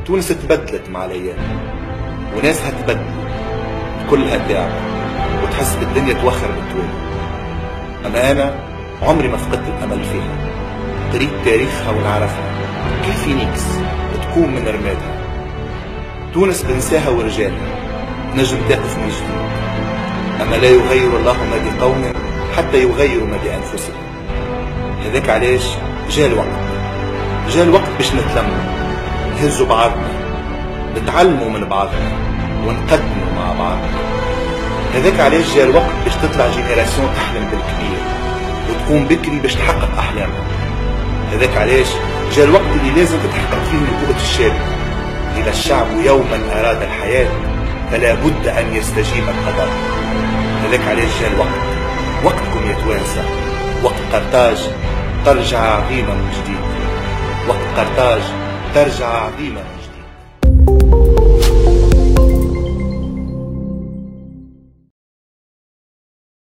تونس تبدلت مع الأيام، وناسها تبدلوا، كلها تعب وتحس بالدنيا توخر بالتوالي. أما أنا عمري ما فقدت الأمل فيها، قريت تاريخها ونعرفها كيف فينيكس تقوم من رمادها. تونس بنساها ورجالها نجم تقف من جديد، أما لا يغير الله ما بقوم حتى يغيروا ما بأنفسهم. هذاك علاش جاء الوقت باش نتلموا، نهزوا بعضنا، نتعلموا من بعضنا ونقدموا مع بعضنا. هذاك علاش جاء الوقت باش تطلع جينيراسيون تحلم بالكبير وتقوم بكري باش تحقق أحلامها. هذاك علاش جاء الوقت اللي لازم تتحقق فيه نبوءة الشاب. إذا الشعب يوما أراد الحياة فلا بد أن يستجيب القدر. هذاك علاش جاء الوقت، وقتكم يا توانسة، وقت قرطاج ترجع عظيمة من جديد، وقت قرطاج ترجع عظيمة من جديد.